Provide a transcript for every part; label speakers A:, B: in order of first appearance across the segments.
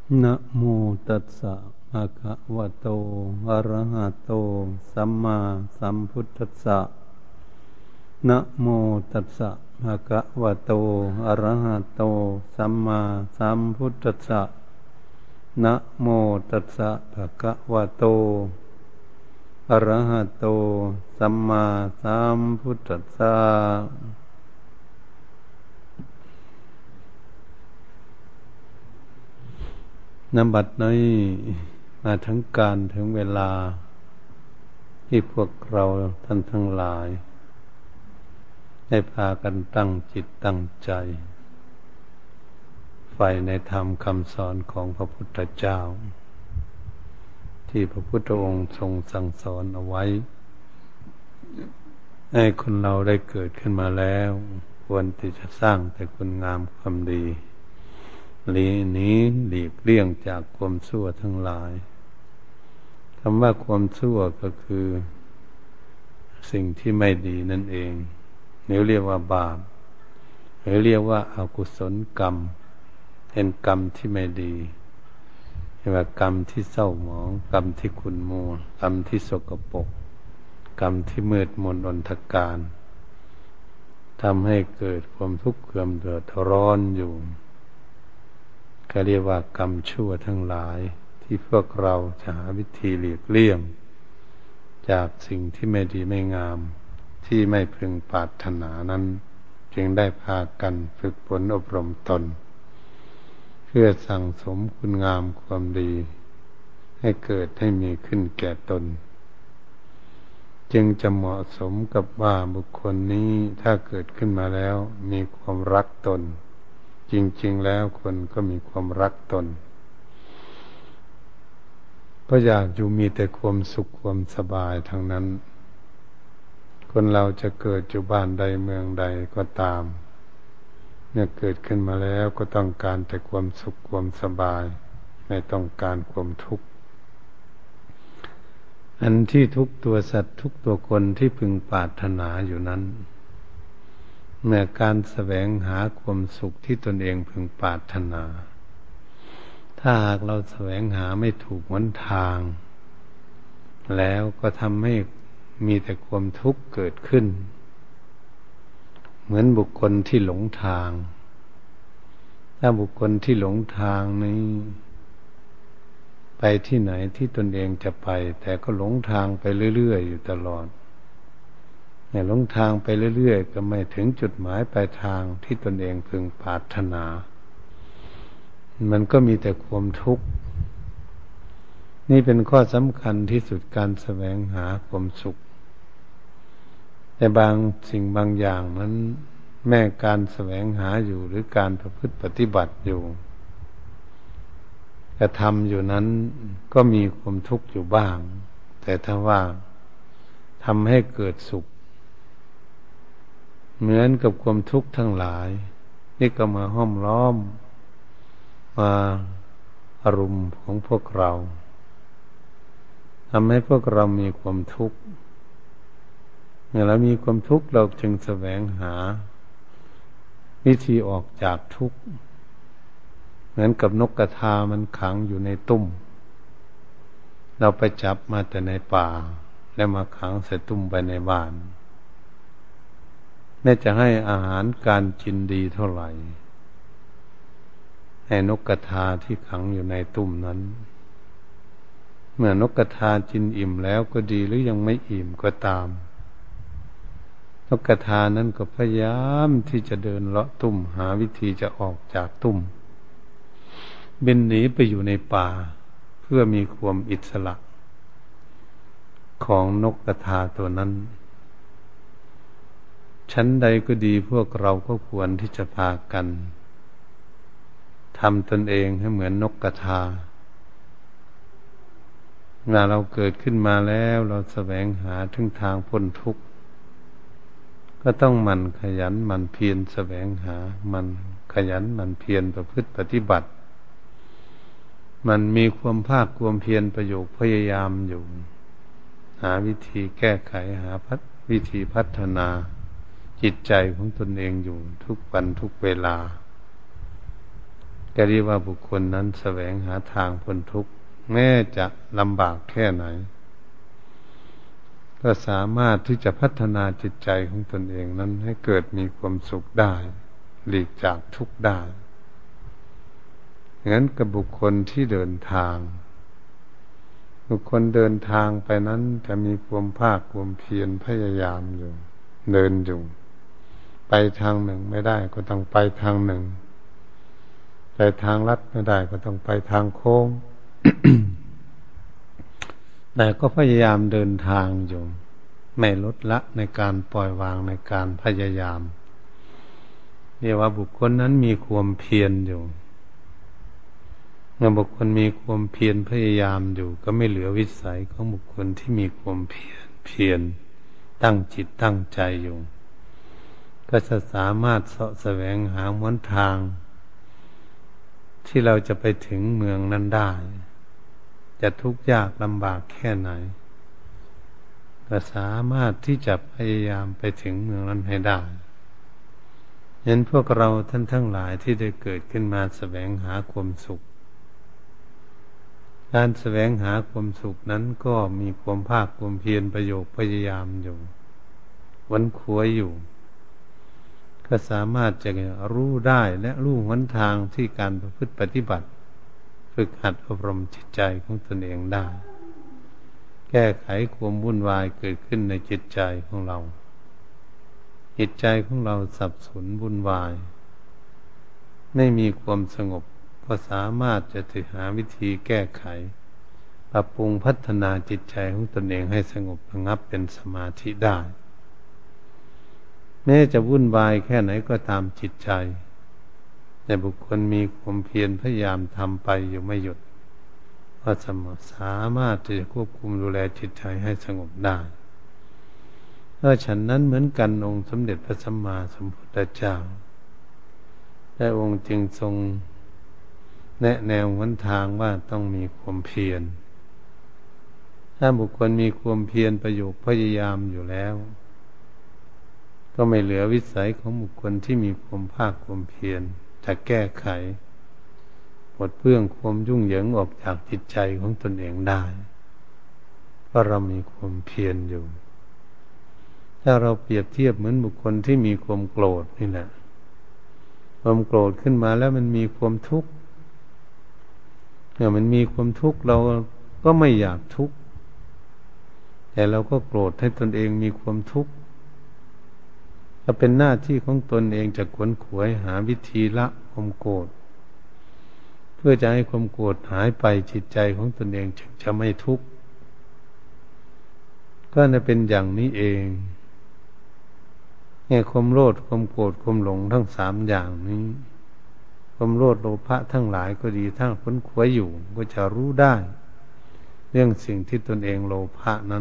A: นะโมตัสสะภะคะวะโตอะระหะโตสัมมาสัมพุทธัสสะนะโมตัสสะภะคะวะโตอะระหะโตสัมมาสัมพุทธัสสะนะโมตัสสะภะคะวะโตอะระหะโตสัมมาสัมพุทธัสสะณ บัดนี้มาถึงการถึงเวลาที่พวกเราท่านทั้งหลายได้พากันตั้งจิตตั้งใจใฝ่ในธรรมคำสอนของพระพุทธเจ้าที่พระพุทธองค์ทรงสั่งสอนเอาไว้ให้คนเราได้เกิดขึ้นมาแล้วควรที่จะสร้างแต่คุณงามความดีหลีกเลี่ยงจากความชั่วทั้งหลายคำว่าความชั่วก็คือสิ่งที่ไม่ดีนั่นเองนี่เรียกว่าบาปหรือเรียกว่าอกุศลกรรมเป็นกรรมที่ไม่ดีเรียกว่ากรรมที่เศร้าหมองกรรมที่ขุ่นมัวกรรมที่สกปรกกรรมที่มืดมนอนทการทำให้เกิดความทุกข์ความเดือดร้อนอยู่ก็เรียกว่ากรรมชั่วทั้งหลายที่พวกเราจะหาวิธีหลีกเลี่ยงจากสิ่งที่ไม่ดีไม่งามที่ไม่พึงปรารถนานั้นจึงได้พากันฝึกฝนอบรมตนเพื่อสั่งสมคุณงามความดีให้เกิดให้มีขึ้นแก่ตนจึงจะเหมาะสมกับว่าบุคคลนี้ถ้าเกิดขึ้นมาแล้วมีความรักตนจริงๆแล้วคนก็มีความรักตนเพราะอยากอยู่มีแต่ความสุขความสบายทั้งนั้นคนเราจะเกิดอยู่บ้านใดเมืองใดก็ตามเนี่ยเกิดขึ้นมาแล้วก็ต้องการแต่ความสุขความสบายไม่ต้องการความทุกข์อันที่ทุกตัวสัตว์ทุกตัวคนที่พึงปรารถนาอยู่นั้นเมื่อการแสวงหาความสุขที่ตนเองพึงปรารถนาถ้าหากเราแสวงหาไม่ถูกหนทางแล้วก็ทำให้มีแต่ความทุกข์เกิดขึ้นเหมือนบุคคลที่หลงทางถ้าบุคคลที่หลงทางนี้ไปที่ไหนที่ตนเองจะไปแต่ก็หลงทางไปเรื่อยๆอยู่ตลอดเนี่ยหลงทางไปเรื่อยๆก็ไม่ถึงจุดหมายปลายทางที่ตนเองพึงปรารถนามันก็มีแต่ความทุกข์นี่เป็นข้อสำคัญที่สุดการแสวงหาความสุขแต่บางสิ่งบางอย่างนั้นแม้การแสวงหาอยู่หรือการประพฤติปฏิบัติอยู่กระทำอยู่นั้นก็มีความทุกข์อยู่บ้างแต่ถ้าว่าทำให้เกิดสุขเหมือนกับความทุกข์ทั้งหลายนี่ก็มาห้อมล้อมมาอารมณ์ของพวกเราทำให้พวกเรามีความทุกข์เมื่อเรามีความทุกข์เราจึงแสวงหาวิธีออกจากทุกข์เหมือนกับนกกระทามันขังอยู่ในตุ้มเราไปจับมาแต่ในป่าแล้วมาขังใส่ตุ้มไปในบ้านแม้จะให้อาหารการกินดีเท่าไหร่ให้นกกระทาที่ขังอยู่ในตุ้มนั้นเมื่อนกกระทากินอิ่มแล้วก็ดีหรือยังไม่อิ่มก็ตามนกกระทานั้นก็พยายามที่จะเดินเลาะตุ้มหาวิธีจะออกจากตุ้มบินหนีไปอยู่ในป่าเพื่อมีความอิสระของนกกระทาตัวนั้นชั้นใดก็ดีพวกเราก็ควรที่จะพากันทำตนเองให้เหมือนนกกระทาเมื่อเราเกิดขึ้นมาแล้วเราแสวงหาถึงทางพ้นทุกข์ก็ต้องหมั่นขยันหมั่นเพียรแสวงหามันขยันหมั่นเพียรประพฤติปฏิบัติมันมีความภาคความเพียรประโยชน์พยายามอยู่หาวิธีแก้ไขหาวิธีพัฒนาจิตใจของตนเองอยู่ทุกวันทุกเวลาก็เรียกว่าบุคคลนั้นแสวงหาทางพ้นทุกข์แม้จะลำบากแค่ไหนก็สามารถที่จะพัฒนาจิตใจของตนเองนั้นให้เกิดมีความสุขได้หลีกจากทุกข์ได้งั้นกับบุคคลที่เดินทางบุคคลเดินทางไปนั้นจะมีความภาคความเพียรพยายามอยู่เดินอยู่ไปทางหนึ่งไม่ได้ก็ต้องไปทางหนึ่งไปทางลัดไม่ได้ก็ต้องไปทางโค้ง แต่ก็พยายามเดินทางอยู่ไม่ลดละในการปล่อยวางในการพยายามเรียกว่าบุคคลนั้นมีความเพียรอยู่เมื่อบุคคลมีความเพียรพยายามอยู่ก็ไม่เหลือวิสัยของบุคคลที่มีความเพียรตั้งจิตตั้งใจอยู่ก็จะสามารถเสาะแสวงหาหนทางที่เราจะไปถึงเมืองนั้นได้จะทุกข์ยากลำบากแค่ไหนก็สามารถที่จะพยายามไปถึงเมืองนั้นให้ได้เห็นพวกเราท่านทั้งหลายที่ได้เกิดขึ้นมาแสวงหาความสุขการแสวงหาความสุขนั้นก็มีความภาคความเพียรพยายามอยู่วันขวยอยู่ก็สามารถจะรู้ได้และรู้หนทางที่การประพฤติปฏิบัติฝึกหัดอบรมจิตใจของตนเองได้แก้ไขความวุ่นวายเกิดขึ้นในจิตใจของเราจิตใจของเราสับสนวุ่นวายไม่มีความสงบก็สามารถจะถือหาวิธีแก้ไขปรับปรุงพัฒนาจิตใจของตนเองให้สงบระงับเป็นสมาธิได้แม้จะวุ่นวายแค่ไหนก็ตามจิตใจแต่บุคคลมีความเพียรพยายามทำไปอยู่ไม่หยุดก็สามารถที่จะควบคุมดูแลจิตใจให้สงบได้ฉันนั้นเหมือนกันองค์สมเด็จพระสัมมาสัมพุทธเจ้าได้องค์จึงทรงแนะแนวหนทางว่าต้องมีความเพียรถ้าบุคคลมีความเพียรพยายามอยู่แล้วก็ไม่เหลือวิสัยของบุคคลที่มีความภาคความเพียรจะแก้ไขปลดเปลื้องความยุ่งเหยิงออกจากจิตใจของตนเองได้เพราะเรามีความเพียรอยู่ถ้าเราเปรียบเทียบเหมือนบุคคลที่มีความโกรธนี่แหละความโกรธขึ้นมาแล้วมันมีความทุกข์เมื่อมันมีความทุกข์เราก็ไม่อยากทุกข์แต่เราก็โกรธให้ตนเองมีความทุกข์ถ้าเป็นหน้าที่ของตนเองจะขวนขวายหาวิธีละความโกรธเพื่อจะให้ความโกรธหายไปจิตใจของตนเองจึงจะไม่ทุกข์ก็จะเป็นอย่างนี้เองความโลภความโกรธความหลงทั้งสามอย่างนี้ความโลภโลภะทั้งหลายก็ดีทั้งขวนขวายอยู่ก็จะรู้ได้เรื่องสิ่งที่ตนเองโลภะนั้น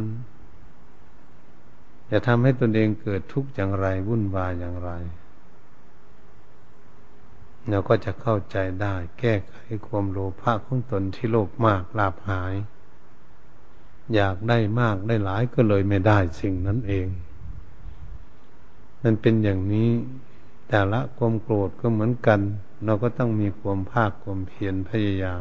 A: จะทำให้ตนเองเกิดทุกข์อย่างไรวุ่นวายอย่างไรเราก็จะเข้าใจได้แก้ไขความโลภะของตนที่โลภมากลาภหายอยากได้มากได้หลายก็เลยไม่ได้สิ่งนั้นเองมันเป็นอย่างนี้แต่ละความโกรธก็เหมือนกันเราก็ต้องมีความภาคความเพียรพยายาม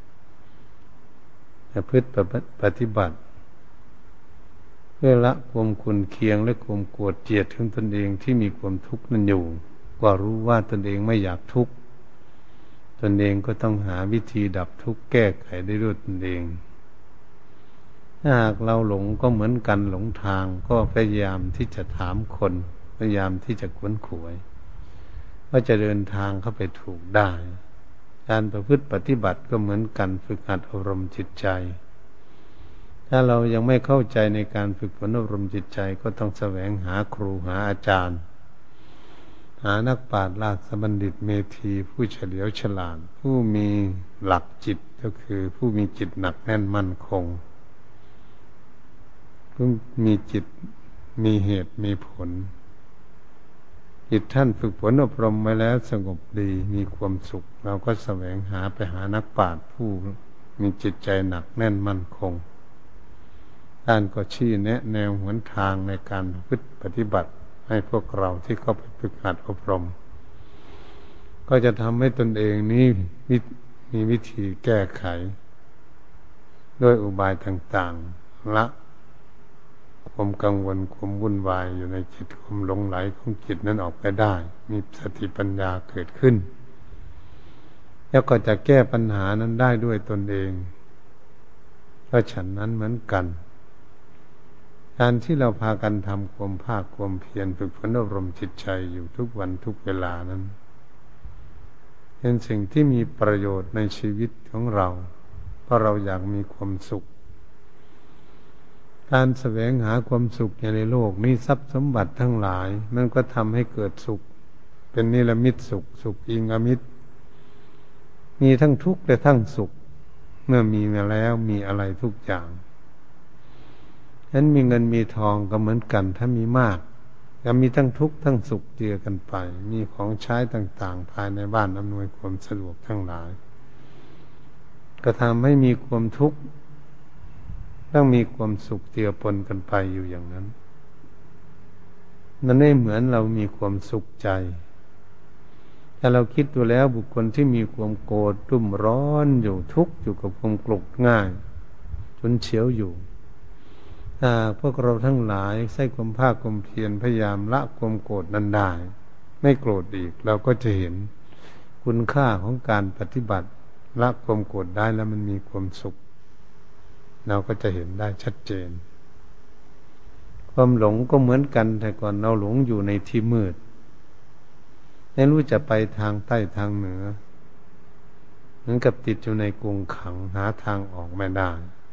A: ประพฤติปฏิบัติเพื่อละความขุ่นเคืองและความโกรธเกลียดของตนเองที่มีความทุกข์นั้นอยู่ก็รู้ว่าตนเองไม่อยากทุกข์ตนเองก็ต้องหาวิธีดับทุกข์แก้ไขได้ด้วยตนเองถ้าหากเราหลงก็เหมือนกันหลงทางก็พยายามที่จะถามคนพยายามที่จะขวนขวายว่าจะเดินทางเข้าไปถูกได้การประพฤติปฏิบัติก็เหมือนกันฝึกหัดอบรมจิตใจถ้าเรายังไม่เข้าใจในการฝึกฝนอบรมจิตใจก็ต้องแสวงหาครูหาอาจารย์หานักปราชญ์ราชบัณฑิตเมธีผู้เฉลียวฉลาดผู้มีหลักจิตก็คือผู้มีจิตหนักแน่นมั่นคงผู้มีจิตมีเหตุมีผลจิตท่านฝึกฝนอบรมมาแล้วสงบดีมีความสุขเราก็แสวงหาไปหานักปราชญ์ผู้มีจิตใจหนักแน่นมั่นคงท่านก็ชี้แนะแนวหนทางในการประพฤติปฏิบัติให้พวกเราที่เข้าไปฝึกหัดอบรมก็จะทำให้ตนเองนี้มีวิธีแก้ไขด้วยอุบายต่างๆละความกังวลความวุ่นวายอยู่ในจิตความหลงไหลของจิตนั้นออกไปได้มีสติปัญญาเกิดขึ้นแล้วก็จะแก้ปัญหานั้นได้ด้วยตนเองก็ฉันนั้นเหมือนกันการที่เราพากันทำความภาคความเพียรฝึกฝนอบรมจิตใจอยู่ทุกวันทุกเวลานั้นเป็นสิ่งที่มีประโยชน์ในชีวิตของเราเพราะเราอยากมีความสุขการแสวงหาความสุขในโลกนี้ทรัพย์สมบัติทั้งหลายมันก็ทำให้เกิดสุขเป็นนิรมิตสุขสุขอิงอมิตรมีทั้งทุกข์และทั้งสุขเมื่อมีมาแล้วมีอะไรทุกอย่างฉะนั้นมีเงินมีทองก็เหมือนกันถ้ามีมากก็มีทั้งทุกข์ทั้งสุขเจือกันไปมีของใช้ต่างๆภายในบ้านอำนวยความสะดวกทั้งหลายก็ทำให้มีความทุกข์ต้องมีความสุขเจือปนกันไปอยู่อย่างนั้นมันไม่เหมือนเรามีความสุขใจถ้าเราคิดดูแล้วบุคคลที่มีความโกรธรุ่มร้อนอยู่ทุกข์อยู่กับความโกรธง่ายจนเฉียวอยู่ถ้าพวกเราทั้งหลายใช้ความภาคความเพียรพยายามละความโกรธนั้นได้ไม่โกรธอีกเราก็จะเห็นคุณค่าของการปฏิบัติละความโกรธได้แล้วมันมีความสุขเราก็จะเห็นได้ชัดเจนความหลงก็เหมือนกันแต่ก่อนเราหลงอยู่ในที่มืดไม่รู้จะไปทางใต้ทางเหนือเหมือนกับติดอยู่ในกรงขังหาทางออกไม่ได้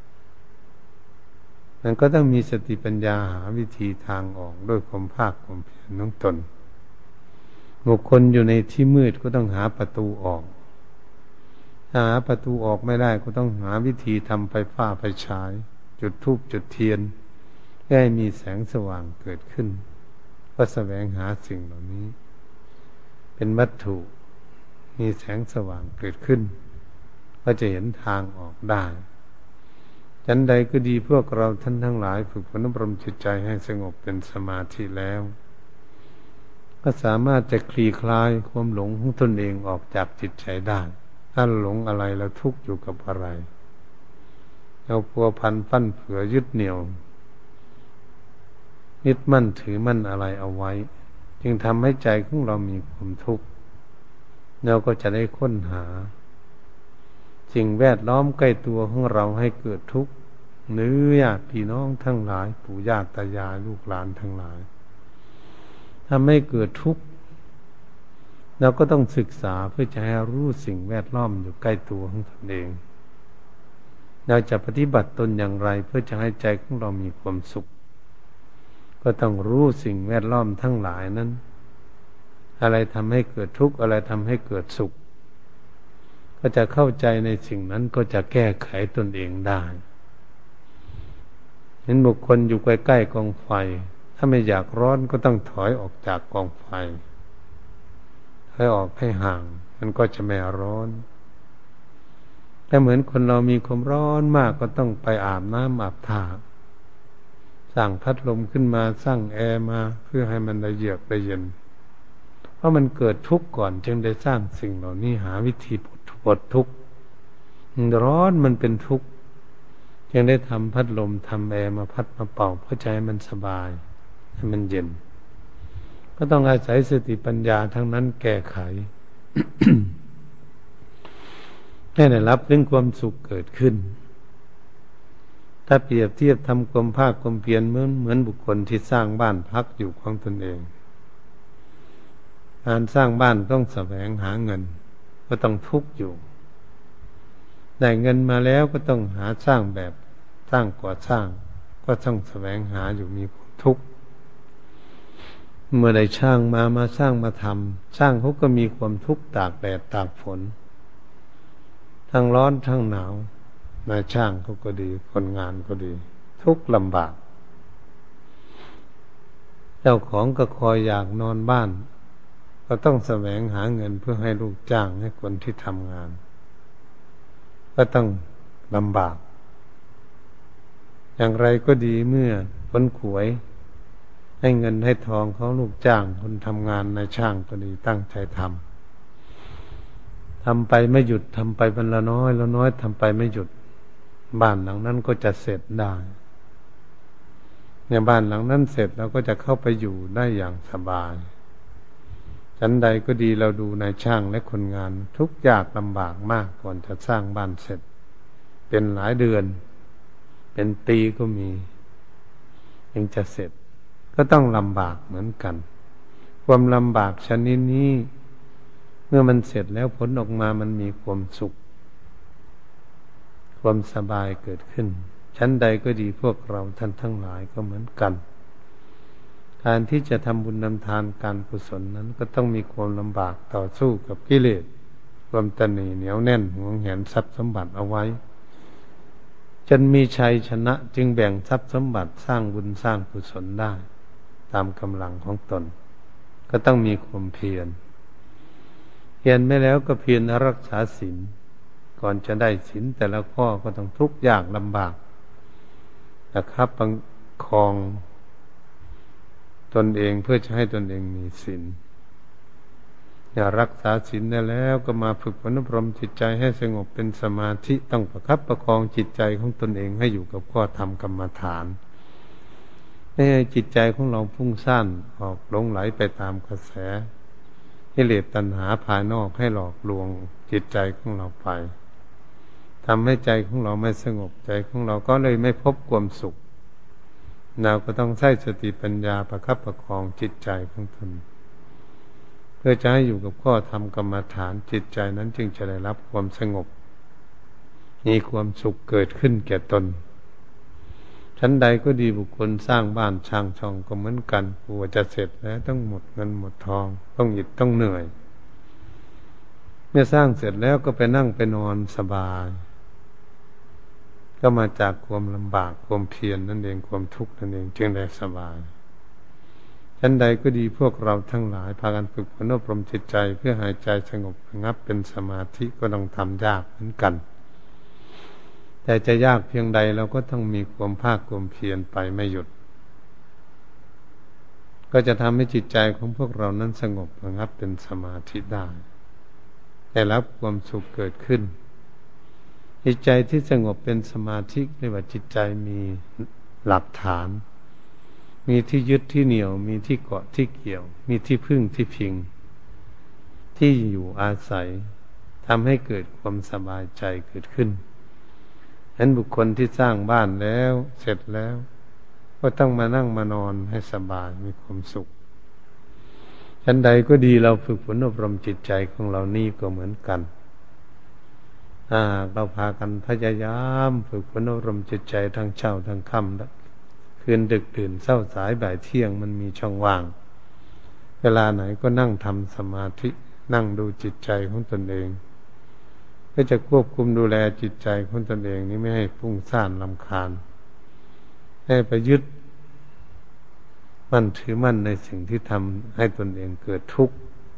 A: มันก็ต้องมีสติปัญญาหาวิธีทางออกด้วยความภาคความเพียรของตนบุคคลอยู่ในที่มืดก็ต้องหาประตูออกถ้าหาประตูออกไม่ได้ก็ต้องหาวิธีทำไฟฟ้าไฟฉายจุดธูปจุดเทียนเพื่อให้มีแสงสว่างเกิดขึ้นก็แสวงหาสิ่งเหล่านี้เป็นวัตถุมีแสงสว่างเกิดขึ้นก็จะเห็นทางออกได้ฉันใดก็ดีพวกเราท่านทั้งหลายฝึกฝนอบรมจิตใจให้สงบเป็นสมาธิแล้วก็สามารถจะคลี่คลายความหลงของตนเองออกจากจิตใจได้ถ้าหลงอะไรแล้วทุกข์อยู่กับอะไรเราพัวพันฟั่นเฟือยึดเหนี่ยวยึดมั่นถือมั่นอะไรเอาไว้จึงทำให้ใจของเรามีความทุกข์เราก็จะได้ค้นหาสิ่งแวดล้อมใกล้ตัวของเราให้เกิดทุกข์หรือญาติพี่น้องทั้งหลายปู่ย่าตายายลูกหลานทั้งหลายทำให้เกิดทุกข์เราก็ต้องศึกษาเพื่อจะให้รู้สิ่งแวดล้อมอยู่ใกล้ตัวของตนเองเราจะปฏิบัติตนอย่างไรเพื่อจะให้ใจของเรามีความสุขก็ต้องรู้สิ่งแวดล้อมทั้งหลายนั้นอะไรทำให้เกิดทุกข์อะไรทำให้เกิดสุขก็จะเข้าใจในสิ่งนั้นก็จะแก้ไขตนเองได้เห็นบุคคลอยู่ใกล้ๆกองไฟถ้าไม่อยากร้อนก็ต้องถอยออกจากกองไฟให้ออกให้ห่างมันก็จะไม่ร้อนแต่เหมือนคนเรามีความร้อนมากก็ต้องไปอาบน้ำอาบท่าสร้างพัดลมขึ้นมาสร้างแอร์มาเพื่อให้มันได้เยือกได้เย็นเพราะมันเกิดทุกข์ก่อนจึงได้สร้างสิ่งเหล่านี้หาวิธีปลดทุกข์ร้อนมันเป็นทุกข์จึงได้ทำพัดลมทำแอร์มาพัดมาเป่าเพื่อใจมันสบายให้มันเย็นก็ต้องอาศัยสติปัญญาทั้งนั้นแก้ไข ให้ได้รับเรื่องความสุขเกิดขึ้นถ้าเปรียบเทียบทำความภาคความเพียรเหมือนบุคคลที่สร้างบ้านพักอยู่ของตนเองการสร้างบ้านต้องแสวงหาเงินก็ต้องทุกข์อยู่ได้เงินมาแล้วก็ต้องหาสร้างแบบสร้างก่อสร้างก็ต้องแสวงหาอยู่มีความทุกข์เมื่อได้ช่างมาสร้างมาทำช่างเขาก็มีความทุกข์ตากแดดตากฝนทั้งร้อนทั้งหนาวนายช่างเขาก็ดีคนงานก็ดีทุกข์ลำบากเจ้าของก็คอยอยากนอนบ้านก็ต้องแสวงหาเงินเพื่อให้ลูกจ้างให้คนที่ทำงานก็ต้องลำบากอย่างไรก็ดีเมื่อคนขวยให้เงินให้ทองเขาลูกจ้างคนทำงานนายช่างก็ดีตั้งใจททำไปไม่หยุดทำไปวันละน้อยละน้อยทำไปไม่หยุดบ้านหลังนั้นก็จะเสร็จได้เนี่ยบ้านหลังนั้นเสร็จเราก็จะเข้าไปอยู่ได้อย่างสบายชั้นใดก็ดีเราดูนายช่างและคนงานทุกข์ยากลำบากมากก่อนจะสร้างบ้านเสร็จเป็นหลายเดือนเป็นปีก็มียังจะเสร็จก็ต้องลำบากเหมือนกันความลำบากชนิดนี้เมื่อมันเสร็จแล้วผลออกมามันมีความสุขความสบายเกิดขึ้นชั้นใดก็ดีพวกเราท่านทั้งหลายก็เหมือนกันการที่จะทำบุญนำทานการกุศลนั้นก็ต้องมีความลำบากต่อสู้กับกิเลสความตนีเหนียวแน่นหวงแหนทรัพย์สมบัติเอาไว้จนมีชัยชนะจึงแบ่งทรัพย์สมบัติสร้างบุญสร้างกุศลได้ตามกำลังของตนก็ต้องมีความเพียรไม่แล้วก็เพียรรักษาศีลก่อนจะได้ศีลแต่ละข้อก็ต้องทุกข์ยากลำบากนะครับประคองตนเองเพื่อจะให้ตนเองมีศีลรักษาศีลได้แล้วก็มาฝึกฝนอบรมจิตใจให้สงบเป็นสมาธิต้องประคับประคองจิตใจของตนเองให้อยู่กับข้อธรรมกรรมฐานไม่ให้จิตใจของเราพุ่งซ่านออกหลงไหลไปตามกระแสกิเลสตัณหาภายนอกให้หลอกลวงจิตใจของเราไปทำให้ใจของเราไม่สงบใจของเราก็เลยไม่พบความสุขเราก็ต้องใช้สติปัญญาประคับประคองจิตใจของตนเพื่อจะให้อยู่กับข้อธรรมกรรมฐานจิตใจนั้นจึงจะได้รับความสงบมีความสุขเกิดขึ้นแก่ตนชั้นใดก็ดีบุคคลสร้างบ้านช่างช่องก็เหมือนกันกลัวจะเสร็จแล้วต้องหมดเงินหมดทองต้องอิดต้องเหนื่อยเมื่อสร้างเสร็จแล้วก็ไปนั่งไปนอนสบายก็มาจากความลำบากความเพียรนั่นเองความทุกข์นั่นเองจึงได้สบายชั้นใดก็ดีพวกเราทั้งหลายพากันฝึกฝนอบรมจิตใจเพื่อหายใจสงบระงับเป็นสมาธิก็ต้องทำยากเหมือนกันแต่จะยากเพียงใดเราก็ต้องมีความภาคความเพียรไปไม่หยุดก็จะทำให้จิตใจของพวกเรานั้นสงบระงับเป็นสมาธิได้ได้รับความสุขเกิดขึ้นจิตใจที่สงบเป็นสมาธิเรียกว่าจิตใจมีหลักฐานมีที่ยึดที่เหนี่ยวมีที่เกาะที่เกี่ยวมีที่พึ่งที่พิงที่อยู่อาศัยทำให้เกิดความสบายใจเกิดขึ้นฉะนั้นบุคคลที่สร้างบ้านแล้วเสร็จแล้วก็ต้องมานั่งมานอนให้สบายมีความสุขชั้นใดก็ดีเราฝึกฝนอบรมจิตใจของเรานี่ก็เหมือนกันเราพากันพยายามฝึกฝนอบรมจิตใจทั้งเช้าทั้งค่ำคืนดึกดื่นเช้าสายบ่ายเที่ยงมันมีช่องว่างเวลาไหนก็นั่งทำสมาธินั่งดูจิตใจของตนเองก็จะควบคุมดูแลจิตใจของตนเองนี้ไม่ให้ฟุ้งซ่านรำคาญให้ไปยึดมั่นถือมั่นในสิ่งที่ทำให้ตนเองเกิดทุกข์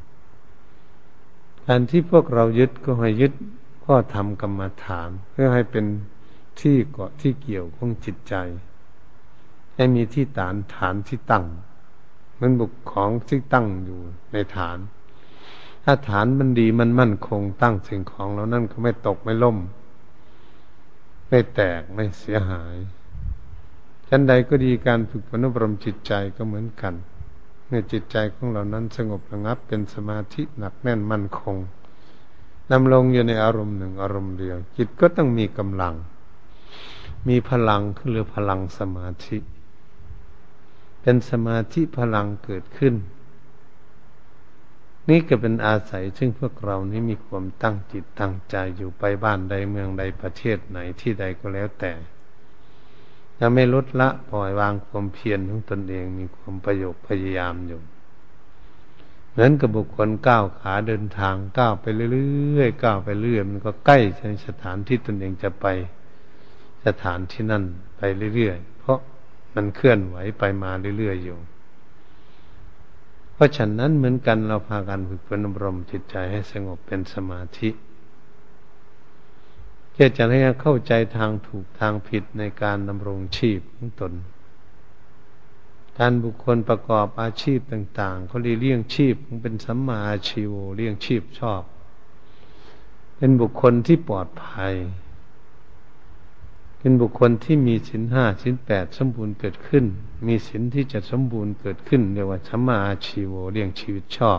A: การที่พวกเรายึดก็ให้ยึดข้อธรรมกรรมฐานเพื่อให้เป็นที่เกาะที่เกี่ยวของจิตใจให้มีที่ฐานที่ตั้งเหมือนบุกของที่ตั้งอยู่ในฐานถ้าฐานมันดีมันมั่นคงตั้งสิ่งของแล้วนั่นก็ไม่ตกไม่ล่มไม่แตกไม่เสียหายชั้นใดก็ดีการฝึกฝนอบรมจิตใจก็เหมือนกันเมื่อจิตใจของเรานั้นสงบระงับเป็นสมาธิหนักแน่นมั่นคงนำลงอยู่ในอารมณ์หนึ่งอารมณ์เดียวจิตก็ต้องมีกำลังมีพลังคือเรียกพลังสมาธิเป็นสมาธิพลังเกิดขึ้นนี่ก็เป็นอาศัยซึ่งพวกเรานี้มีความตั้งจิตตั้งใจอยู่ไปบ้านใดเมืองใดประเทศไหนที่ใดก็แล้วแต่จะไม่ลดละปล่อยวางความเพียรของตนเองมีความพยายามอยู่เหมือนกับบุคคลก้าวขาเดินทางก้าวไปเรื่อยๆก้าวไปเรื่อยมันก็ใกล้ในสถานที่ตนเองจะไปสถานที่นั่นไปเรื่อยๆเพราะมันเคลื่อนไหวไปมาเรื่อยๆอยู่เพราะฉะนั้นเหมือนกันเราพากันฝึกฝนอบรมจิตใจให้สงบเป็นสมาธิเพื่อจะให้เข้าใจทางถูกทางผิดในการดำรงชีพของตนการบุคคลประกอบอาชีพต่างๆเขาเลี้ยงชีพเป็นสัมมาอาชีวะเลี้ยงชีพชอบเป็นบุคคลที่ปลอดภัยเป็นบุคคลที่มีศีล 5ศีล 8สมบูรณ์เกิดขึ้นมีศีลที่จะสมบูรณ์เกิดขึ้นเรียกว่าสัมมาอาชีโวเลี้ยงชีวิตชอบ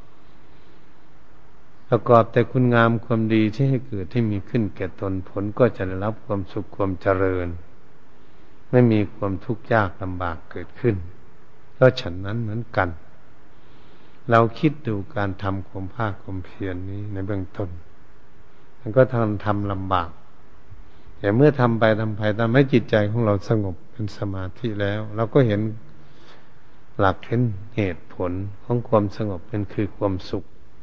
A: ประกอบแต่คุณงามความดีที่ให้เกิดที่มีขึ้นแก่ตนผลก็จะได้รับความสุขความเจริญไม่มีความทุกข์ยากลำบากเกิดขึ้นก็ฉันนั้นเหมือนกันเราคิดดูการทำความภาคความเพียรนี้ในเบื้องต้นมันก็ทำลำบากแต่เมื่อทำไปทำให้จิตใจของเราสงบเป็นสมาธิแล้วเราก็เห็นหลักเห็นเหตุผลของความสงบเป็นคือความสุข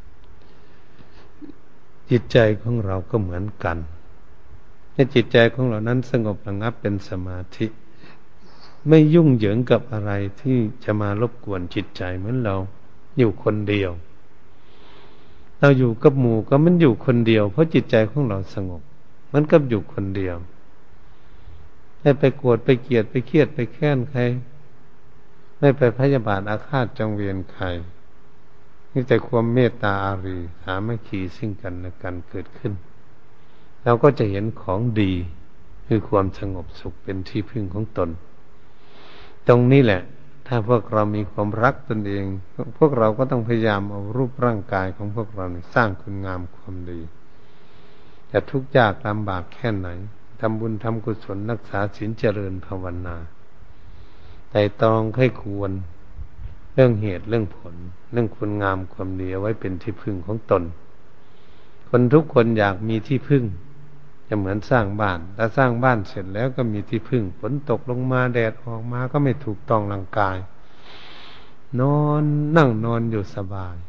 A: จิตใจของเราก็เหมือนกันให้จิตใจของเรานั้นสงบระงับเป็นสมาธิไม่ยุ่งเหยิงกับอะไรที่จะมารบกวนจิตใจเหมือนเราอยู่คนเดียวเราอยู่กับหมู่ก็มันอยู่คนเดียวเพราะจิตใจของเราสงบมันก็อยู่คนเดียวไม่ไปโกรธไปเกลียดไปเครียดไปแค้นใครไม่ไปพยาบาทอาฆาตจองเวรใครนี่แต่ความเมตตาอารีสามัคคีซึ่งกันและกันเกิดขึ้นเราก็จะเห็นของดีคือความสงบสุขเป็นที่พึ่งของตนตรงนี้แหละถ้าพวกเรามีความรักตนเองพวกเราก็ต้องพยายามเอารูปร่างกายของพวกเราสร้างคุณงามความดีจะทุกข์ยากลำบากแค่ไหนทำบุญทำกุศลรักษาศีลเจริญภาวนาแต่ตรองให้ควรเรื่องเหตุเรื่องผลเรื่องคุณงามความดีเอาไว้เป็นที่พึ่งของตนคนทุกคนอยากมีที่พึ่งจะเหมือนสร้างบ้านถ้าสร้างบ้านเสร็จแล้วก็มีที่พึ่งฝนตกลงมาแดดออกมาก็ไม่ถูกต้องร่างกายนั่งนอนอยู่สบาย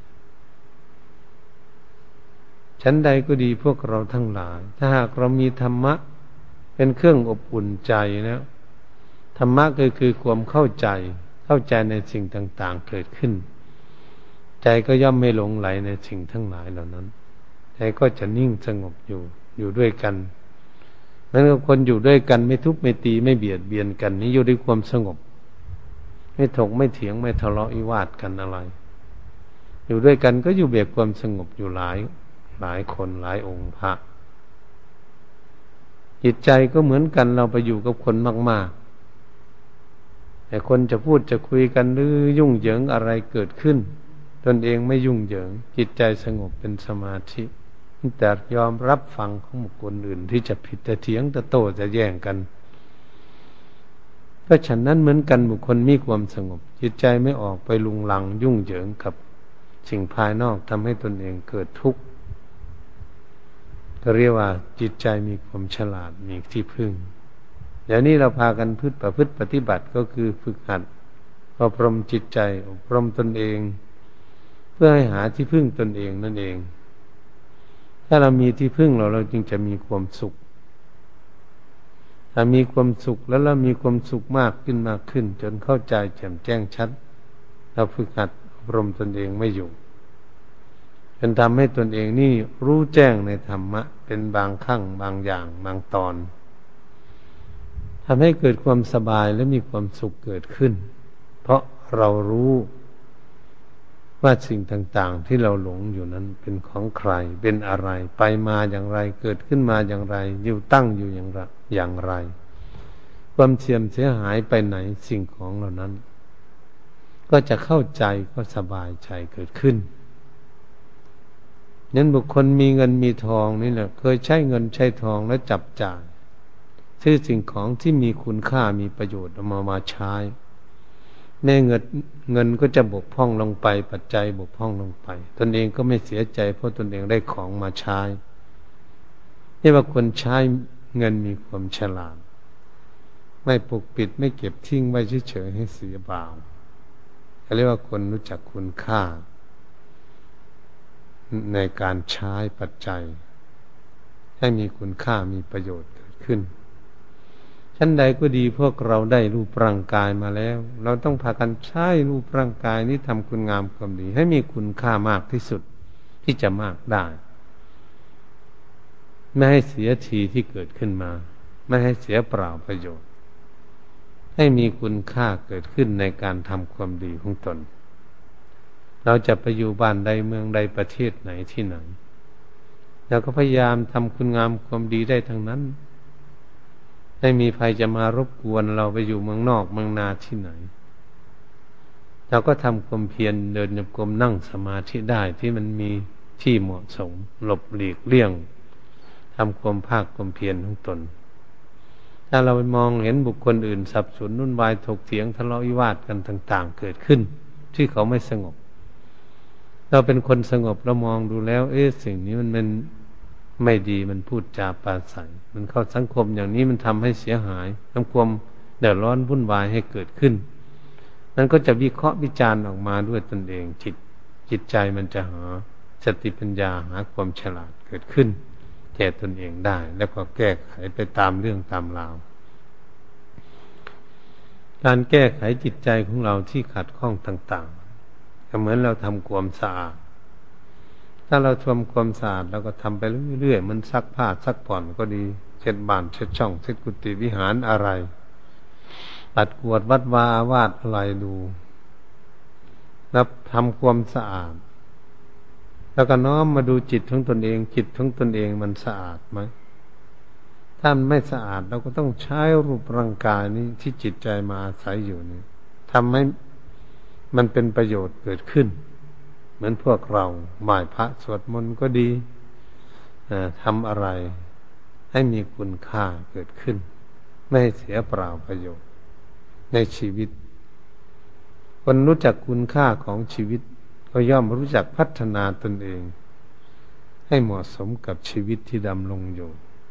A: ชั้นใดก็ดีพวกเราทั้งหลายถ้าหากเรามีธรรมะเป็นเครื่องอบอุ่นใจนะธรรมะก็คือความเข้าใจในสิ่งต่างๆเกิดขึ้นใจก็ย่อมไม่หลงไหลในสิ่งทั้งหลายเหล่านั้นใจก็จะนิ่งสงบอยู่ด้วยกันนั้นก็คนอยู่ด้วยกันไม่ทุบไม่ตีไม่เบียดเบียนกันนี่อยู่ด้วยความสงบไม่ถกไม่เถียงไม่ทะเลาะวิวาทกันอะไรอยู่ด้วยกันก็อยู่แบบความสงบอยู่หลายคนหลายองค์พระจิตใจก็เหมือนกันเราไปอยู่กับคนมากๆแต่คนจะพูดจะคุยกันหรือยุ่งเหยิงอะไรเกิดขึ้นตนเองไม่ยุ่งเหยิงจิตใจสงบเป็นสมาธิแต่ยอมรับฟังของบุคคลอื่นที่จะผิดจะเถียงจะโต้จะแย่งกันก็ฉันนั้นเหมือนกันบุคคลมีความสงบจิตใจไม่ออกไปลุงลังยุ่งเหยิงกับสิ่งภายนอกทำให้ตนเองเกิดทุกข์ก็เรียกว่าจิตใจมีความฉลาดมีที่พึ่งเดี๋ยวนี้เราพากันประพฤติปฏิบัติก็คือฝึกหัดอบรมจิตใจอบรมตนเองเพื่อให้หาที่พึ่งตนเองนั่นเองถ้าเรามีที่พึ่งเราจึงจะมีความสุขถ้ามีความสุขแล้วเรามีความสุขมากขึ้นจนเข้าใจแจ่มแจ้งชัดเราฝึกหัดอบรมตนเองไม่อยู่จนทำให้ตนเองนี่รู้แจ้งในธรรมะเป็นบางครั้งบางอย่างบางตอนทำให้เกิดความสบายและมีความสุขเกิดขึ้นเพราะเรารู้ว่าสิ่งต่างๆที่เราหลงอยู่นั้นเป็นของใครเป็นอะไรไปมาอย่างไรเกิดขึ้นมาอย่างไรอยู่ตั้งอยู่อย่างไรความเสื่อมเสียหายไปไหนสิ่งของเหล่านั้นก็จะเข้าใจก็สบายใจเกิดขึ้นนั้นบุคคลมีเงินมีทองนี่แหละเคยใช้เงินใช้ทองแล้วจับจ่ายซื้อสิ่งของที่มีคุณค่ามีประโยชน์เอามาใช้แม้เงินก็จะบกพร่องลงไปปัจจัยบกพร่องลงไปตนเองก็ไม่เสียใจเพราะตนเองได้ของมาใช้นี่ว่าคนใช้เงินมีความฉลาดไม่ปกปิดไม่เก็บทิ้งไว้เฉยๆให้เสียเปล่าเขาเรียกว่าคนรู้จักคุณค่าในการใช้ปัจจัยให้มีคุณค่ามีประโยชน์เกิดขึ้นชั้นใดก็ดีพวกเราได้รูปร่างกายมาแล้วเราต้องพากันใช้รูปร่างกายนี้ทำคุณงามความดีให้มีคุณค่ามากที่สุดที่จะมากได้ไม่ให้เสียทีที่เกิดขึ้นมาไม่ให้เสียเปล่าประโยชน์ให้มีคุณค่าเกิดขึ้นในการทำความดีของตนเราจะไปอยู่บ้านใดเมืองใดประเทศไหนที่ไหนเราก็พยายามทำคุณงามความดีได้ทั้งนั้นไม่มีใครจะมารบกวนเราไปอยู่เมืองนอกเมืองนาที่ไหนเราก็ทำความเพียรเดินโยมกลมนั่งสมาธิได้ที่มันมีที่เหมาะสมหลบหลีกเลี่ยงทำความภาคความเพียรของตนถ้าเราไปมองเห็นบุคคลอื่นสับสนวุ่นวายถกเถียงทะเลาะวิวาทกันต่างๆเกิดขึ้นที่เขาไม่สงบเราเป็นคนสงบเรามองดูแล้วสิ่งนี้มันไม่ดีมันพูดจาปราศัยมันเข้าสังคมอย่างนี้มันทำให้เสียหายทำความเดือดร้อนวุ่นวายให้เกิดขึ้นมันก็จะวิเคราะห์วิจารณ์ออกมาด้วยตนเองจิตใจมันจะหาสติปัญญาหาความฉลาดเกิดขึ้นแก่ตนเองได้แล้วก็แก้ไขไปตามเรื่องตามราวการแก้ไขจิตใจของเราที่ขัดข้องต่างๆก็เหมือนเราทำความสะอาดถ้าเราทำความสะอาดเราก็ทำไปเรื่อยๆมันซักผ้าซักผ่อนก็ดีเช็ดบ้านเช็ดช่องเช็ดกุฏิวิหารอะไรปัดกวาดวัดวาอาวาสอะไรดูแล้วทำความสะอาดแล้วก็น้อมมาดูจิตของตนเองจิตของตนเองมันสะอาดไหมถ้ามันไม่สะอาดเราก็ต้องใช้รูปร่างกายนี้ที่จิตใจมาอาศัยอยู่นี่ทำให้มันเป็นประโยชน์เกิดขึ้นเหมือนพวกเราไหว้พระสวดมนต์ก็ดีทำอะไรให้มีคุณค่าเกิดขึ้นไม่ให้เสียเปล่าประโยชน์ในชีวิตคนรู้จักคุณค่าของชีวิตก็ย่อมรู้จักพัฒนาตนเองให้เหมาะสมกับชีวิตที่ดำรงอยู่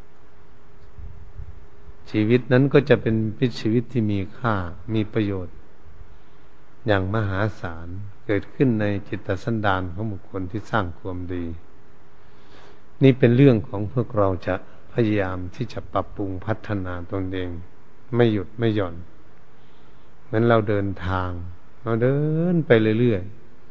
A: ชีวิตนั้นก็จะเป็นชีวิตที่มีค่ามีประโยชน์อย่างมหาศาลเกิดขึ้นในจิตสันดานของบุคคลที่สร้างความดีนี่เป็นเรื่องของพวกเราจะพยายามที่จะปรับปรุงพัฒนาตนเองไม่หยุดไม่หย่อนเหมือนเราเดินทางเราเดินไปเรื่อย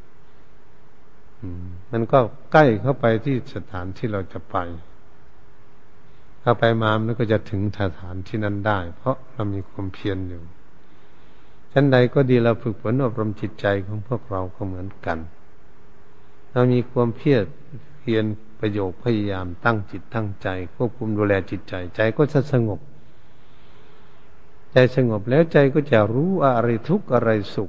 A: ๆมันก็ใกล้เข้าไปที่สถานที่เราจะไปถ้าไปมามันก็จะถึงสถานที่นั้นได้เพราะเรามีความเพียรอยู่ชั้นใดก็ดีเราฝึกฝนอบรมจิตใจของพวกเราก็เหมือนกันเรามีความเพียรประโยชน์พยายามตั้งจิตตั้งใจควบคุมดูแลจิตใจใจก็จะสงบใจสงบแล้วใจก็จะรู้อะไรทุกข์อะไรสุข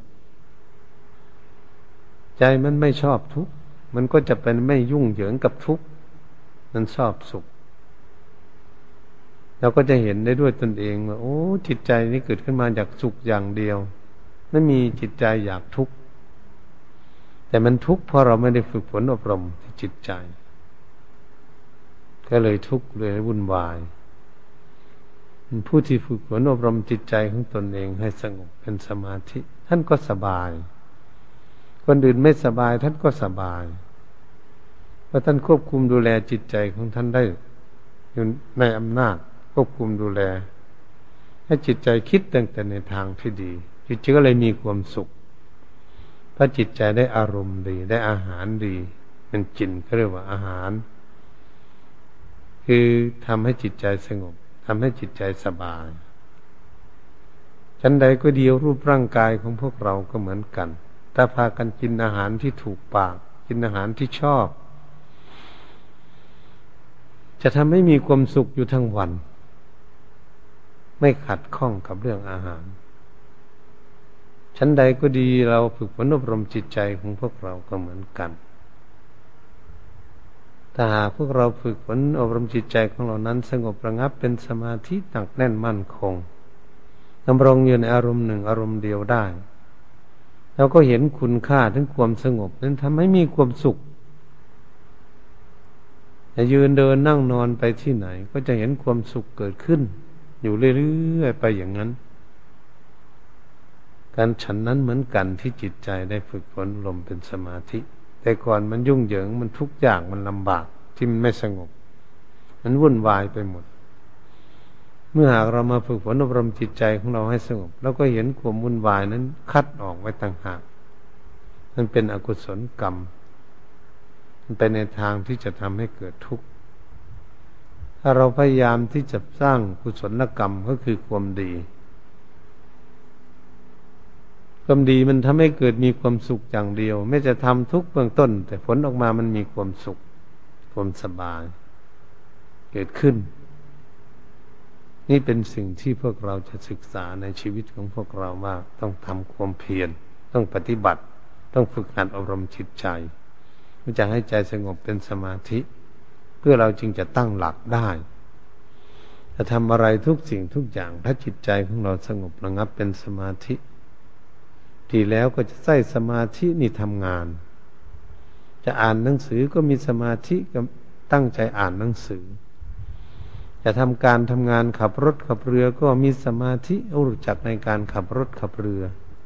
A: ใจมันไม่ชอบทุกข์มันก็จะเป็นไม่ยุ่งเหยิงกับทุกข์มันชอบสุขเราก็จะเห็นได้ด้วยตนเองว่าโอ้จิตใจนี้เกิดขึ้นมาจากสุขอย่างเดียวไม่มีจิตใจอยากทุกข์แต่มันทุกข์เพราะเราไม่ได้ฝึกฝนอบรมที่จิตใจก็เลยทุกข์เลยวุ่นวายผู้ที่ฝึกฝนอบรมจิตใจของตนเองให้สงบเป็นสมาธิท่านก็สบายคนอื่นไม่สบายท่านก็สบายเพราะท่านควบคุมดูแลจิตใจของท่านได้อยู่ในอำนาจควบคุมดูแลให้จิตใจคิดตั้งแต่ในทางที่ดีจิตใจก็เลยมีความสุขเพราะจิตใจได้อารมณ์ดีได้อาหารดีเป็นจินก็เรียกว่าอาหารคือทำให้จิตใจสงบทำให้จิตใจสบายชั้นใดก็เดียวรูปร่างกายของพวกเราก็เหมือนกันถ้าพากันกินอาหารที่ถูกปากกินอาหารที่ชอบจะทำให้มีความสุขอยู่ทั้งวันไม่ขัดข้องกับเรื่องอาหารชั้นใดก็ดีเราฝึกฝนอบรมจิตใจของพวกเราก็เหมือนกันถ้าหากพวกเราฝึกฝนอบรมจิตใจของเรานั้นสงบระงับเป็นสมาธิหนักแน่นมั่นคงดำรงอยู่ในอารมณ์หนึ่งอารมณ์เดียวได้เราก็เห็นคุณค่าทั้งความสงบนั้นทำให้มีความสุขจะยืนเดินนั่งนอนไปที่ไหนก็จะเห็นความสุขเกิดขึ้นอยู่เรื่อยๆไปอย่างนั้นการฉันนั้นเหมือนกันที่จิตใจได้ฝึกฝนลมเป็นสมาธิแต่ก่อนมันยุ่งเหยิงมันทุกข์ยากมันลำบากที่มันไม่สงบมันวุ่นวายไปหมดเมื่อหากเรามาฝึกฝนอบรมจิตใจของเราให้สงบเราก็เห็นความวุ่นวายนั้นคัดออกไว้ต่างหากมันเป็นอกุศลกรรมมันไปในทางที่จะทำให้เกิดทุกข์ถ้าเราพยายามที่จะสร้างกุศลกรรมก็คือความดีความดีมันทำให้เกิดมีความสุขอย่างเดียวไม่จะทำทุกเบื้องต้นแต่ผลออกมามันมีความสุขความสบายเกิดขึ้นนี่เป็นสิ่งที่พวกเราจะศึกษาในชีวิตของพวกเราว่าต้องทำความเพียรต้องปฏิบัติต้องฝึกหัดอบรมจิตใจเพื่อจะให้ใจสงบเป็นสมาธิเพื่อเราจึงจะตั้งหลักได้จะทำอะไรทุกสิ่งทุกอย่างถ้าจิตใจของเราสงบระงับเป็นสมาธิทีแล้วก็จะใส่สมาธินี่ทำงานจะอ่านหนังสือก็มีสมาธิก็ตั้งใจอ่านหนังสือจะทำการทำงานขับรถขับเรือก็มีสมาธิรู้จักในการขับรถขับเรือ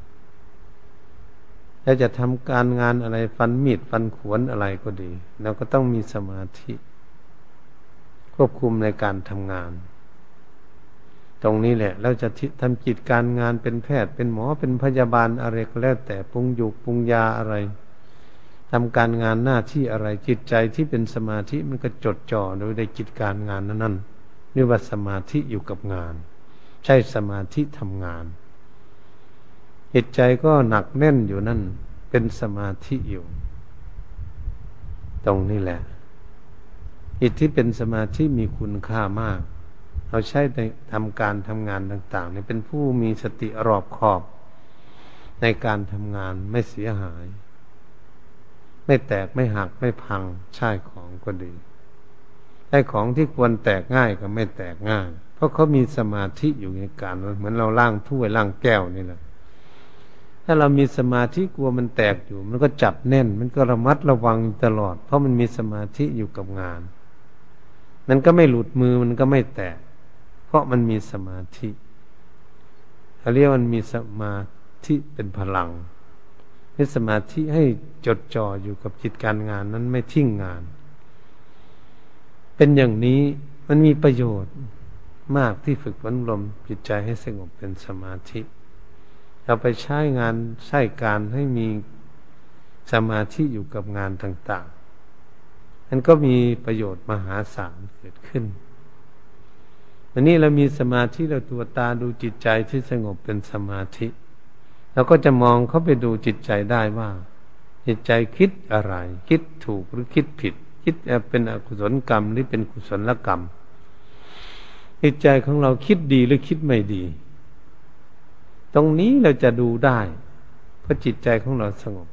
A: แล้วจะทำการงานอะไรฟันมีดฟันขวานอะไรก็ดีเราก็ต้องมีสมาธิควบคุมในการทำงานตรงนี้แหละเราจะทำกิจการงานเป็นแพทย์เป็นหมอเป็นพยาบาลอะไรก็แล้วแต่ปรุงยุกปรุงยาอะไรทำการงานหน้าที่อะไรจิตใจที่เป็นสมาธิมันก็จดจ่อโดยในกิจการงานนั้นๆเรียกว่าสมาธิอยู่กับงานใช่สมาธิทำงานจิตใจก็หนักแน่นอยู่นั่นเป็นสมาธิอยู่ตรงนี้แหละจิตที่เป็นสมาธิมีคุณค่ามากเราใช้ในทำการทำงานต่างๆนี่เป็นผู้มีสติรอบคอบในการทำงานไม่เสียหายไม่แตกไม่หักไม่พังใช่ของก็ดีไอ้ของที่ควรแตกง่ายก็ไม่แตกง่ายเพราะเขามีสมาธิอยู่ในการเหมือนเราล้างถ้วยล้างแก้วนี่แหละถ้าเรามีสมาธิกลัวมันแตกอยู่มันก็จับแน่นมันก็ระมัดระวังตลอดเพราะมันมีสมาธิอยู่กับงานมันก็ไม่หลุดมือมันก็ไม่แตกเพราะมันมีสมาธิเขาเรียกมันมีสมาธิเป็นพลังให้สมาธิให้จดจ่ออยู่กับกิจการงานนั้นไม่ทิ้งงานเป็นอย่างนี้มันมีประโยชน์มากที่ฝึกอบรมจิตใจให้สงบเป็นสมาธิเราไปใช้งานใช้การให้มีสมาธิอยู่กับงานต่างๆมันก็มีประโยชน์มหาศาลเกิดขึ้นวันนี้เรามีสมาธิเราตัวตาดูจิตใจที่สงบเป็นสมาธิเราก็จะมองเข้าไปดูจิตใจได้ว่าจิตใจคิดอะไรคิดถูกหรือคิดผิดคิดเป็นอกุศลกรรมหรือเป็นกุศลกรรมจิตใจของเราคิดดีหรือคิดไม่ดีตรงนี้เราจะดูได้เพราะจิตใจของเราสงบ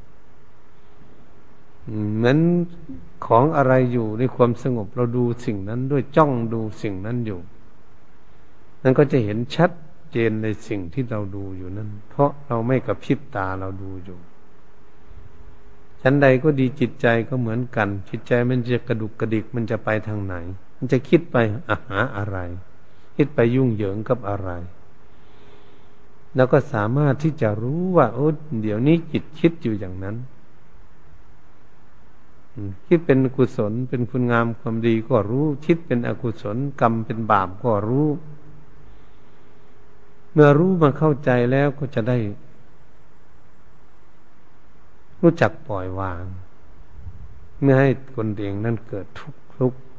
A: เหมือนของอะไรอยู่ในความสงบเราดูสิ่งนั้นด้วยจ้องดูสิ่งนั้นอยู่นั่นก็จะเห็นชัดเจนในสิ่งที่เราดูอยู่นั้นเพราะเราไม่กระพริบตาเราดูอยู่ชั้นใดก็ดีจิตใจก็เหมือนกันจิตใจมันจะกระดุกกระดิกมันจะไปทางไหนมันจะคิดไปหาอะไรคิดไปยุ่งเหยิงกับอะไรแล้วก็สามารถที่จะรู้ว่าโอ้เดี๋ยวนี้จิตคิดอยู่อย่างนั้นคิดเป็นกุศลเป็นคุณงามความดีก็รู้คิดเป็นอกุศลกรรมเป็นบาปก็รู้เมื่อรู้มาเข้าใจแล้วก็จะได้รู้จักปล่อยวางไม่ให้คนเองนั้นเกิดทุกข์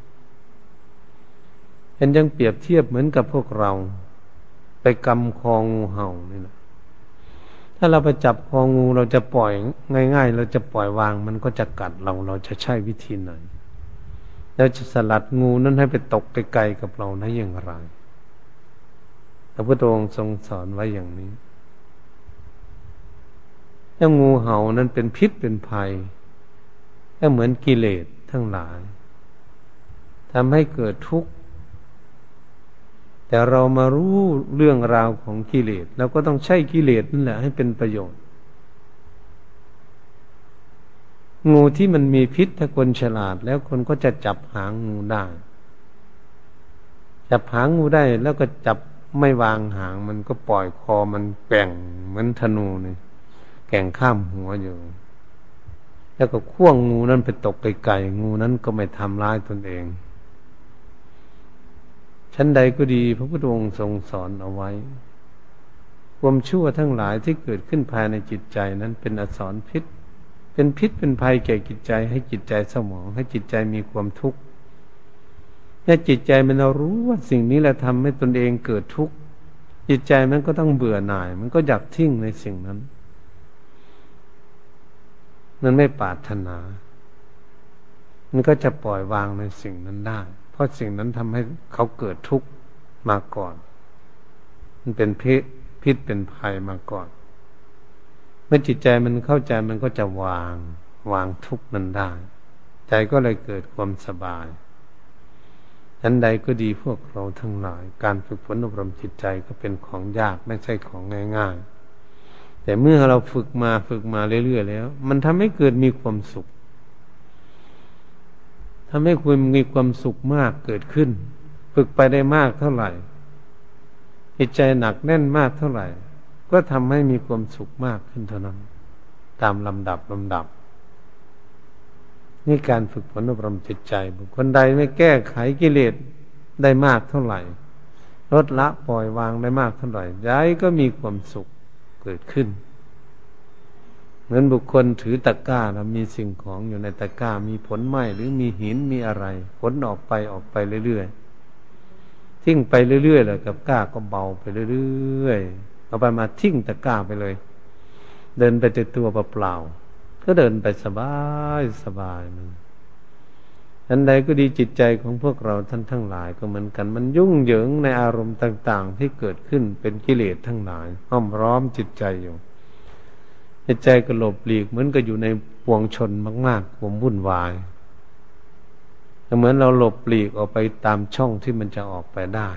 A: เห็นยังเปรียบเทียบเหมือนกับพวกเราไปกำคองูเห่านี่นะถ้าเราไปจับคองูเราจะปล่อยง่ายๆเราจะปล่อยวางมันก็จะกัดเราจะใช้วิธีไหนแล้วจะสลัดงูนั้นให้ไปตกไกลๆกับเราได้อย่างไรพระพุทธองค์ทรงสอนไว้อย่างนี้ถ้างูเห่านั้นเป็นพิษเป็นภัยก็เหมือนกิเลสทั้งหลายทำให้เกิดทุกข์แต่เรามารู้เรื่องราวของกิเลสเราก็ต้องใช้กิเลสนั่นแหละให้เป็นประโยชน์งูที่มันมีพิษถ้าคนฉลาดแล้วคนก็จะจับหางงูได้จับหางงูได้แล้วก็จับไม่วางหางมันก็ปล่อยคอมันแกว่งเหมือนธนูนี่แกว่งข้ามหัวอยู่แล้วก็ข่วงงูนั้นไปตกไกลๆงูนั้นก็ไม่ทำร้ายตนเองชั้นใดก็ดีพระพุทธองค์ทรงสอนเอาไว้ความชั่วทั้งหลายที่เกิดขึ้นภายในจิตใจนั้นเป็นอสรพิษเป็นพิษเป็นภัยแก่จิตใจให้จิตใจเศร้าหมองให้จิตใจมีความทุกข์ถ้าจิตใจมันรู้ว่าสิ่งนี้แหละทำให้ตนเองเกิดทุกข์จิตใจมันก็ต้องเบื่อหน่ายมันก็อยากทิ้งในสิ่งนั้นมันไม่ปรารถนามันก็จะปล่อยวางในสิ่งนั้นได้เพราะสิ่งนั้นทำให้เขาเกิดทุกข์มาก่อนมันเป็นพิษเป็นภัยมาก่อนเมื่อจิตใจมันเข้าใจมันก็จะวางทุกข์นั้นได้ใจก็เลยเกิดความสบายอันใดก็ดีพวกเราทั้งหลายการฝึกฝนอบรมจิตใจก็เป็นของยากไม่ใช่ของง่ายๆแต่เมื่อเราฝึกมาเรื่อยๆแล้วมันทำให้เกิดมีความสุขทำให้คุณมีความสุขมากเกิดขึ้นฝึกไปได้มากเท่าไหร่จิตใจหนักแน่นมากเท่าไหร่ก็ทำให้มีความสุขมากขึ้นเท่านั้นตามลำดับนี่การฝึกฝนอบรมจิตใจบุคคลใดไม่แก้ไขกิเลสได้มากเท่าไหร่ลดละปล่อยวางได้มากเท่าไหร่ใจก็มีความสุขเกิดขึ้นเหมือนบุคคลถือตะกร้าแล้วมีสิ่งของอยู่ในตะกร้ามีผลไม้หรือมีหินมีอะไรผลออกไปเรื่อยๆทิ้งไปเรื่อยๆเลยกับกร้าก็เบาไปเรื่อยๆเอาไปมาทิ้งตะกร้าไปเลยเดินไปแต่ตัวเปล่าๆก็เดินไปสบายมันอันใดก็ดีจิตใจของพวกเราท่านทั้งหลายก็เหมือนกันมันยุ่งเหยิงในอารมณ์ต่างๆที่เกิดขึ้นเป็นกิเลสทั้งหลายห้อมร้อมจิตใจอยู่จิตใจก็หลบหลีกเหมือนกับอยู่ในปวงชนมากๆความวุ่นวายเหมือนเราหลบหลีกออกไปตามช่องที่มันจะออกไปได้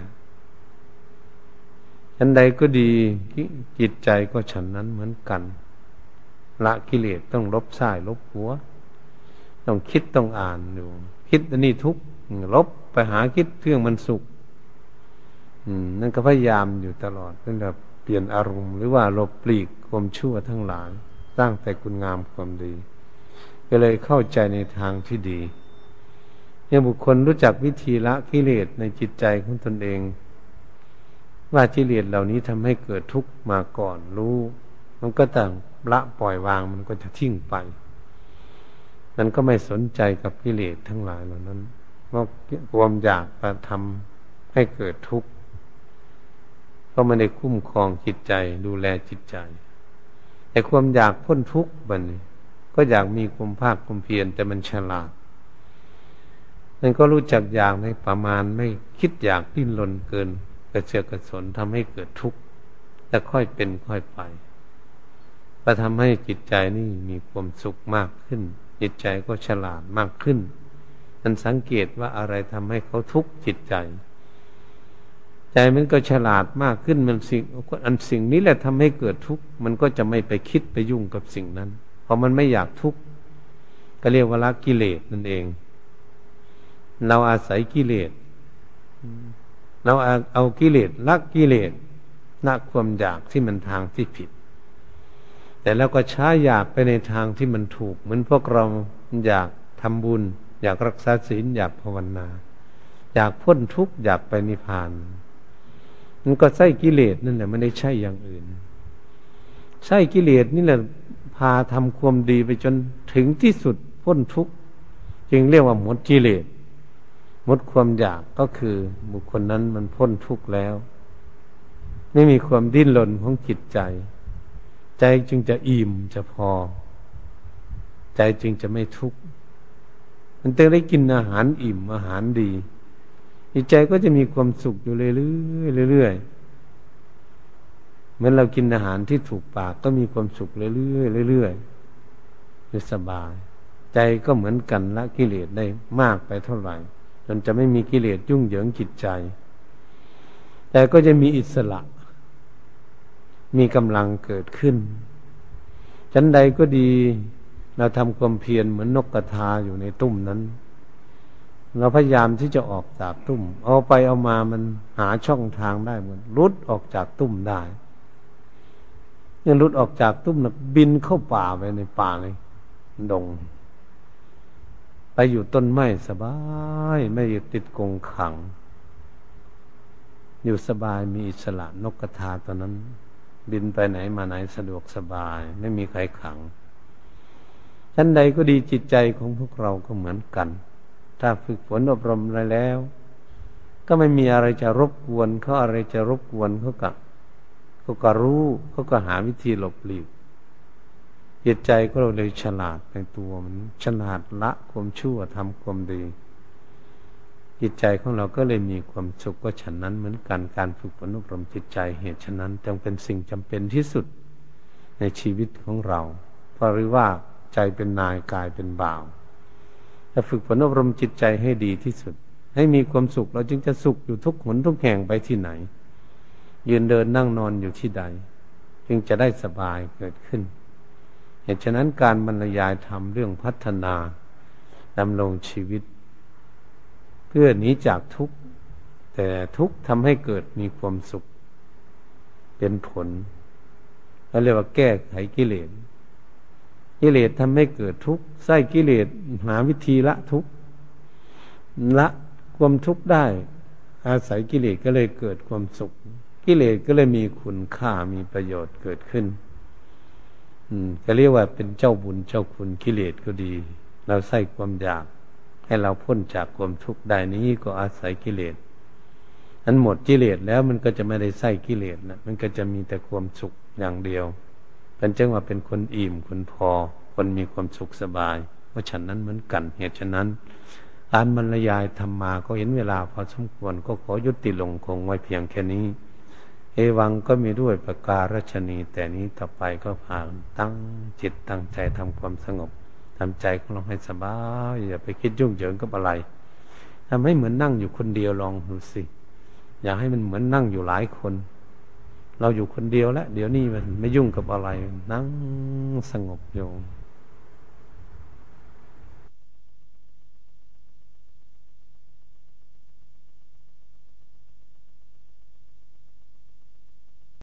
A: อันใดก็ดีจิตใจก็ฉันนั้นเหมือนกันละกิเลสต้องลบซ้ายลบหัวต้องคิดต้องอ่านอยู่คิดอันนี้ทุกข์ลบไปหาคิดเรื่องมันสุขนั่นก็พยายามอยู่ตลอดเพื่อแบบเปลี่ยนอารมณ์หรือว่าหลบหลีกความชั่วทั้งหลายสร้างแต่คุณงามความดีก็เลยเข้าใจในทางที่ดีเนี่ยบุคคลรู้จักวิธีละกิเลสในจิตใจของตนเองว่ากิเลสเหล่านี้ทำให้เกิดทุกข์มาก่อนรู้มันก็ต้องละปล่อยวางมันก็จะทิ้งไปมันก็ไม่สนใจกับกิเลสทั้งหลายเหล่านั้นเพราะความอยากจะทำให้เกิดทุกข์ก็ไม่ได้คุ้มครองจิตใจดูแลจิตใจแต่ความอยากพ้นทุกข์มันก็อยากมีความภาคความเพียรแต่มันฉลาดมันก็รู้จักอยากในประมาณไม่คิดอยากดิ้นรนเกินกระเสือกกระสนทำให้เกิดทุกข์แต่ค่อยเป็นค่อยไปก็ทำให้จิตใจนี่มีความสุขมากขึ้นจิตใจก็ฉลาดมากขึ้นมันสังเกตว่าอะไรทำให้เขาทุกข์จิตใจมันก็ฉลาดมากขึ้นมันสิ่งนี้แหละทำให้เกิดทุกข์มันก็จะไม่ไปคิดไปยุ่งกับสิ่งนั้นเพราะมันไม่อยากทุกข์ก็เรียกว่าละกิเลสนั่นเองเราอาศัยกิเลสเราเอากิเลสละกิเลสละความอยากที่มันทางที่ผิดแต่เราก็ใช้อยากไปในทางที่มันถูกเหมือนพวกเราอยากทำบุญอยากรักษาศีลอยากภาวนาอยากพ้นทุกข์อยากไปนิพพานมันก็ใช่กิเลสนั่นแหละไม่ได้ใช่อย่างอื่นใช่กิเลสนี่แหละพาทำความดีไปจนถึงที่สุดพ้นทุกข์จึงเรียกว่าหมดกิเลสหมดความอยากก็คือบุคคลนั้นมันพ้นทุกข์แล้วไม่มีความดิ้นรนของจิตใจใจจึงจะอิ่มจะพอใจจึงจะไม่ทุกข์มันจะได้กินอาหารอิ่มอาหารดีจิตใจก็จะมีความสุขอยู่เรื่อยๆเหมือนเรากินอาหารที่ถูกปากก็มีความสุขเรื่อยๆสบายใจก็เหมือนกันละกิเลสได้มากไปเท่าไหร่จนจะไม่มีกิเลสยุ่งเหยิงจิตใจแต่ก็จะมีอิสระมีกำลังเกิดขึ้นชั้นใดก็ดีเราทำความเพียรเหมือนนกกระทาอยู่ในตุ้มนั้นเราพยายามที่จะออกจากตุ้มเอาไปเอามามันหาช่องทางได้หมดรุดออกจากตุ้มได้ยังรุดออกจากตุ้มนะบินเข้าป่าไปในป่าเลยดงไปอยู่ต้นไม้สบายไม่อยู่ติดกรงขังอยู่สบายมีอิสระนกกระทาตัวนั้นบินไปไหนมาไหนสะดวกสบายไม่มีใครขังชั้นใดก็ดีจิตใจของพวกเราก็เหมือนกันถ้าฝึกฝนอบรมอะไรแล้วก็ไม่มีอะไรจะรบกวนเขาอะไรจะรบกวนเขาก็รู้เขาก็หาวิธีหลบหลีกจิตใจก็เราเลยฉลาดในตัวมันฉลาดละความชั่วทำความดีจิตใจของเราก็เลยมีความสุขก็ฉันนั้นเหมือนกันการฝึกฝนอบรมจิตใจเหตุฉะนั้นจึงเป็นสิ่งจำเป็นที่สุดในชีวิตของเราเพราะหรือว่าใจเป็นนายกายเป็นบ่าวถ้าฝึกฝนอบรมจิตใจให้ดีที่สุดให้มีความสุขเราจึงจะสุขอยู่ทุกหนทุกแห่งไปที่ไหนยืนเดินนั่งนอนอยู่ที่ใดจึงจะได้สบายเกิดขึ้นเหตุฉะนั้นการบรรยายธรรมเรื่องพัฒนาดำรงชีวิตเพื่อหนีจากทุกข์แต่ทุกข์ทำให้เกิดมีความสุขเป็นผลเราเรียกว่าแก้ไขกิเลสกิเลสทำให้เกิดทุกข์ไส้กิเลสหาวิธีละทุกข์ละความทุกข์ได้อาศัยกิเลสก็เลยเกิดความสุขกิเลสก็เลยมีคุณค่ามีประโยชน์เกิดขึ้นก็เรียกว่าเป็นเจ้าบุญเจ้าคุณกิเลสก็ดีเราใส่ความอยากให้เราพ้นจากความทุกข์ได้นี้ก็อาศัยกิเลสอันหมดกิเลสแล้วมันก็จะไม่ได้ใส่กิเลสนะมันก็จะมีแต่ความสุขอย่างเดียวเป็นจังว่าเป็นคนอิ่มคนพอคนมีความสุขสบายเพราะฉะนั้นเหมือนกันเหตุฉะนั้นการบรรยายธรรมมาก็เห็นเวลาพอสมควรก็ขอยุติลงคงไว้เพียงแค่นี้เอวังก็มีด้วยประการฉนีแต่นี้ต่อไปก็พาตั้งจิตตั้งใจทำความสงบทำใจของเราให้สบายอย่าไปคิดยุ่งเหยิงกับอะไรทำให้เหมือนนั่งอยู่คนเดียวลองดูสิอย่าให้มันเหมือนนั่งอยู่หลายคนเราอยู่คนเดียวแล้วเดี๋ยวนี้มันไม่ยุ่งกับอะไรนั่งสงบอยู่